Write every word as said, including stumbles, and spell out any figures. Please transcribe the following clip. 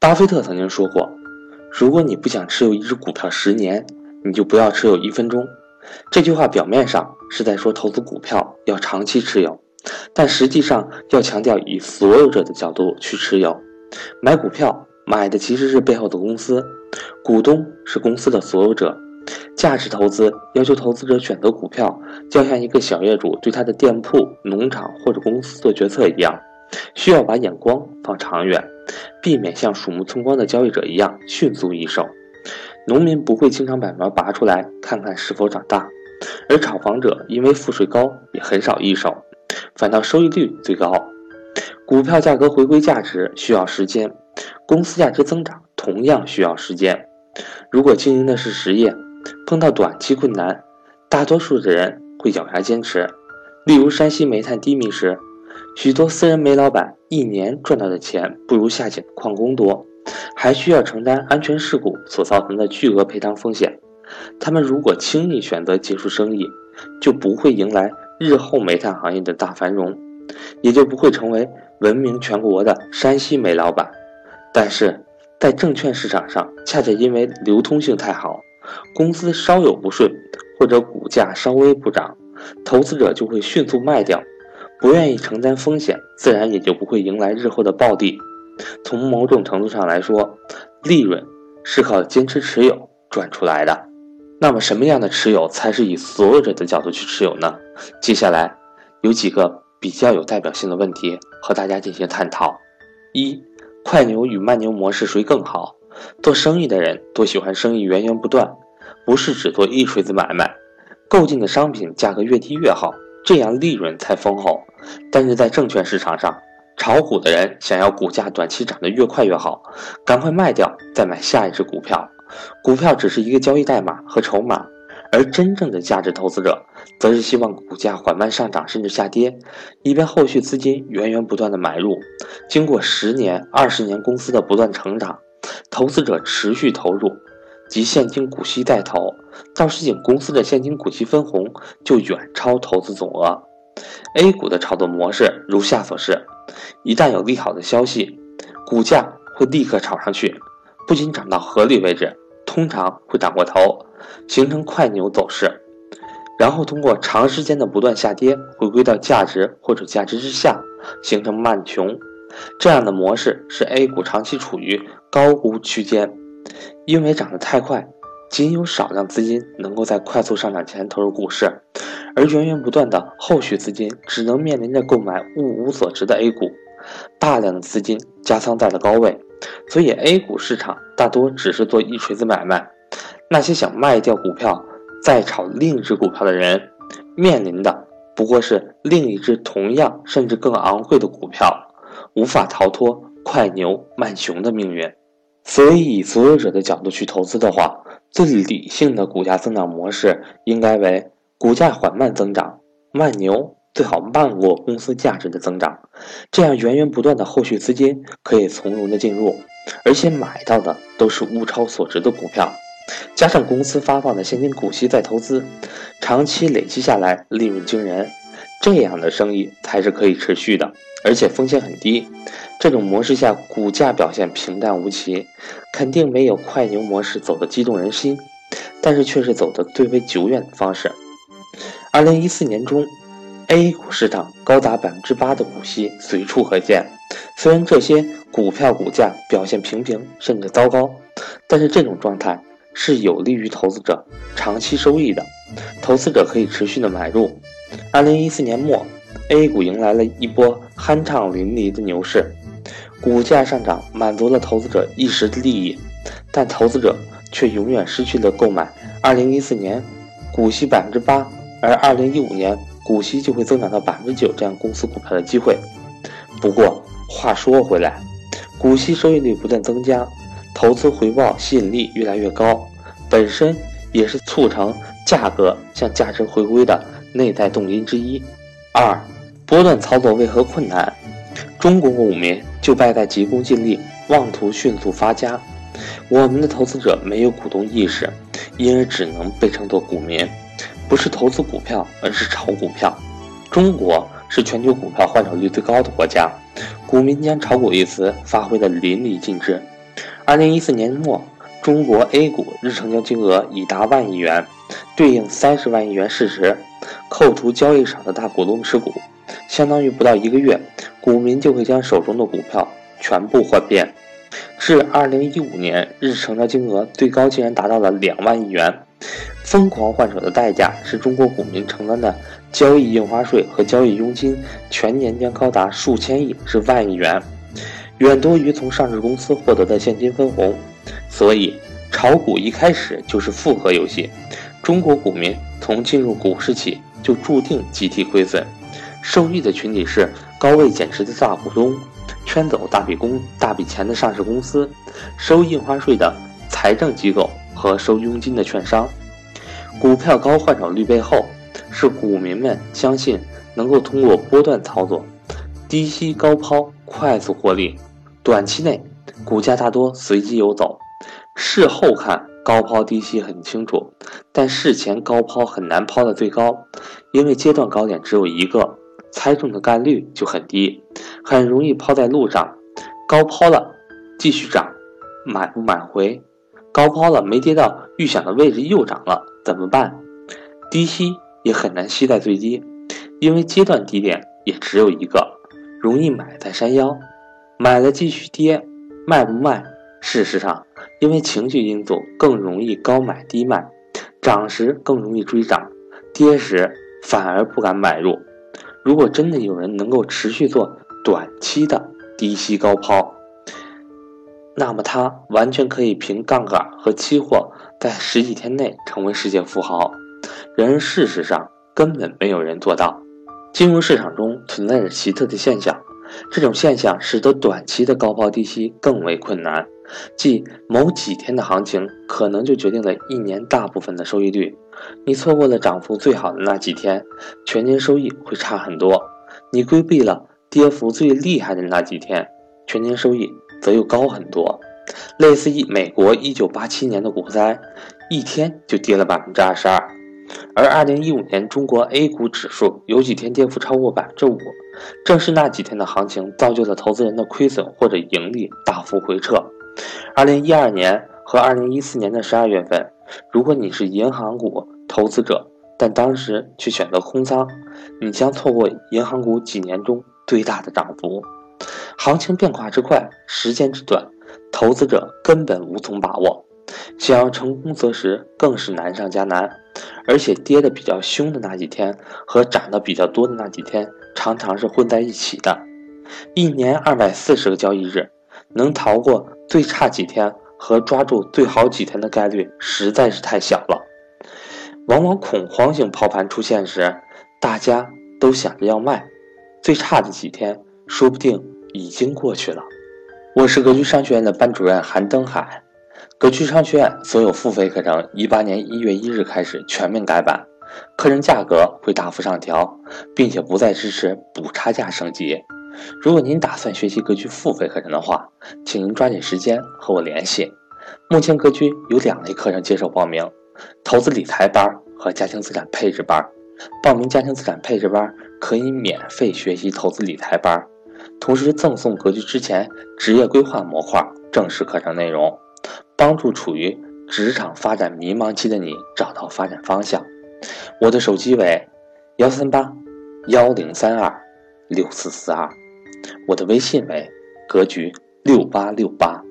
巴菲特曾经说过，如果你不想持有一只股票十年，你就不要持有一分钟。这句话表面上是在说投资股票要长期持有，但实际上要强调以所有者的角度去持有。买股票买的其实是背后的公司，股东是公司的所有者。价值投资要求投资者选择股票，就像一个小业主对他的店铺、农场或者公司做决策一样，需要把眼光放长远，避免像鼠目寸光的交易者一样迅速易手。农民不会经常把苗拔出来看看是否长大，而炒房者因为赋税高也很少易手，反倒收益率最高。股票价格回归价值需要时间，公司价值增长同样需要时间。如果经营的是实业，碰到短期困难，大多数的人会咬牙坚持。例如山西煤炭低迷时，许多私人煤老板一年赚到的钱不如下井的矿工多，还需要承担安全事故所造成的巨额赔偿风险。他们如果轻易选择结束生意，就不会迎来日后煤炭行业的大繁荣，也就不会成为闻名全国的山西煤老板。但是在证券市场上，恰恰因为流通性太好，公司稍有不顺或者股价稍微不涨，投资者就会迅速卖掉，不愿意承担风险，自然也就不会迎来日后的暴利。从某种程度上来说，利润是靠坚持持有赚出来的。那么什么样的持有才是以所有者的角度去持有呢？接下来有几个比较有代表性的问题和大家进行探讨。一、快牛与慢牛模式谁更好？做生意的人都喜欢生意源源不断，不是只做一锤子买卖，购进的商品价格越低越好，这样利润才丰厚。但是在证券市场上，炒股的人想要股价短期涨得越快越好，赶快卖掉再买下一只股票。股票只是一个交易代码和筹码，而真正的价值投资者则是希望股价缓慢上涨甚至下跌，以便后续资金源源不断的买入。经过十年、二十年公司的不断成长，投资者持续投入及现金股息带投，到时仅公司的现金股息分红就远超投资总额。A 股的炒作模式如下所示，一旦有利好的消息，股价会立刻炒上去，不仅涨到合理位置，通常会涨过头，形成快牛走势，然后通过长时间的不断下跌，回归到价值或者价值之下，形成慢熊。这样的模式是 A 股长期处于高估区间，因为涨得太快，仅有少量资金能够在快速上涨前投入股市，而源源不断的后续资金只能面临着购买物无所值的 A 股，大量的资金加仓在了高位，所以 A 股市场大多只是做一锤子买卖。那些想卖掉股票再炒另一只股票的人，面临的不过是另一只同样甚至更昂贵的股票，无法逃脱快牛慢熊的命运。所以以所有者的角度去投资的话，最理性的股价增长模式应该为股价缓慢增长，慢牛最好慢过公司价值的增长，这样源源不断的后续资金可以从容的进入，而且买到的都是物超所值的股票，加上公司发放的现金股息再投资，长期累积下来利润惊人，这样的生意才是可以持续的，而且风险很低。这种模式下股价表现平淡无奇，肯定没有快牛模式走得激动人心，但是却是走得最为久远的方式。二零一四年中 A 股市场高达 百分之八 的股息随处可见，虽然这些股票股价表现平平甚至糟糕，但是这种状态是有利于投资者长期收益的，投资者可以持续的买入。二零一四年末 A 股迎来了一波酣畅淋漓的牛市，股价上涨满足了投资者一时的利益，但投资者却永远失去了购买二零一四年股息 百分之八， 而二零一五年股息就会增长到 百分之九 这样公司股票的机会。不过话说回来，股息收益率不断增加，投资回报吸引力越来越高，本身也是促成价格向价值回归的内在动因之一。二、波段操作为何困难？中国股民就败在急功近利，妄图迅速发家。我们的投资者没有股东意识，因而只能被称作股民，不是投资股票，而是炒股票。中国是全球股票换手率最高的国家，股民将炒股一词发挥得淋漓尽致。 二零一四年末，中国 A 股日成交金额已达万亿元，对应三十万亿元市值，扣除交易少的大股东持股，相当于不到一个月，股民就会将手中的股票全部换遍。至二零一五年，日成交金额最高竟然达到了两万亿元。疯狂换手的代价是中国股民承担的交易印花税和交易佣金全年将高达数千亿至万亿元，远多于从上市公司获得的现金分红。所以炒股一开始就是复合游戏，中国股民从进入股市起就注定集体亏损，受益的群体是高位减持的大股东，圈走大笔公大笔钱的上市公司，收印花税的财政机构和收佣金的券商。股票高换手率背后，是股民们相信能够通过波段操作，低吸高抛快速获利。短期内股价大多随机游走，事后看高抛低吸很清楚，但事前高抛很难抛得最高，因为阶段高点只有一个，猜中的概率就很低，很容易抛在路上。高抛了继续涨，买不买回？高抛了没跌到预想的位置又涨了，怎么办？低吸也很难吸在最低，因为阶段低点也只有一个，容易买在山腰。买了继续跌，卖不卖？事实上，因为情绪因素更容易高买低卖，涨时更容易追涨，跌时反而不敢买入。如果真的有人能够持续做短期的低吸高抛，那么他完全可以凭杠杆和期货在十几天内成为世界富豪。然而事实上根本没有人做到。金融市场中存在着奇特的现象，这种现象使得短期的高抛低吸更为困难，即某几天的行情可能就决定了一年大部分的收益率。你错过了涨幅最好的那几天，全年收益会差很多；你规避了跌幅最厉害的那几天，全年收益则又高很多。类似于美国一九八七年的股灾，一天就跌了 百分之二十二， 而二零一五年中国 A 股指数有几天跌幅超过 百分之五， 正是那几天的行情造就了投资人的亏损或者盈利大幅回撤。二零一二年和二零一四年的十二月份，如果你是银行股投资者，但当时却选择空仓，你将错过银行股几年中最大的涨幅。行情变化之快，时间之短，投资者根本无从把握，想要成功择时更是难上加难。而且跌得比较凶的那几天和涨得比较多的那几天常常是混在一起的。一年二百四十个交易日，能逃过最差几天和抓住最好几天的概率实在是太小了。往往恐慌性抛盘出现时，大家都想着要卖，最差的几天说不定已经过去了。我是格局商学院的班主任韩登海。格局商学院所有付费课程一八年一月一日开始全面改版，课程价格会大幅上调，并且不再支持补差价升级。如果您打算学习格局付费课程的话，请您抓紧时间和我联系。目前格局有两类课程接受报名，投资理财班和家庭资产配置班。报名家庭资产配置班可以免费学习投资理财班，同时赠送格局之前职业规划模块正式课程内容，帮助处于职场发展迷茫期的你找到发展方向。我的手机为幺三八幺零三二六四四二，我的微信为格局六八六八。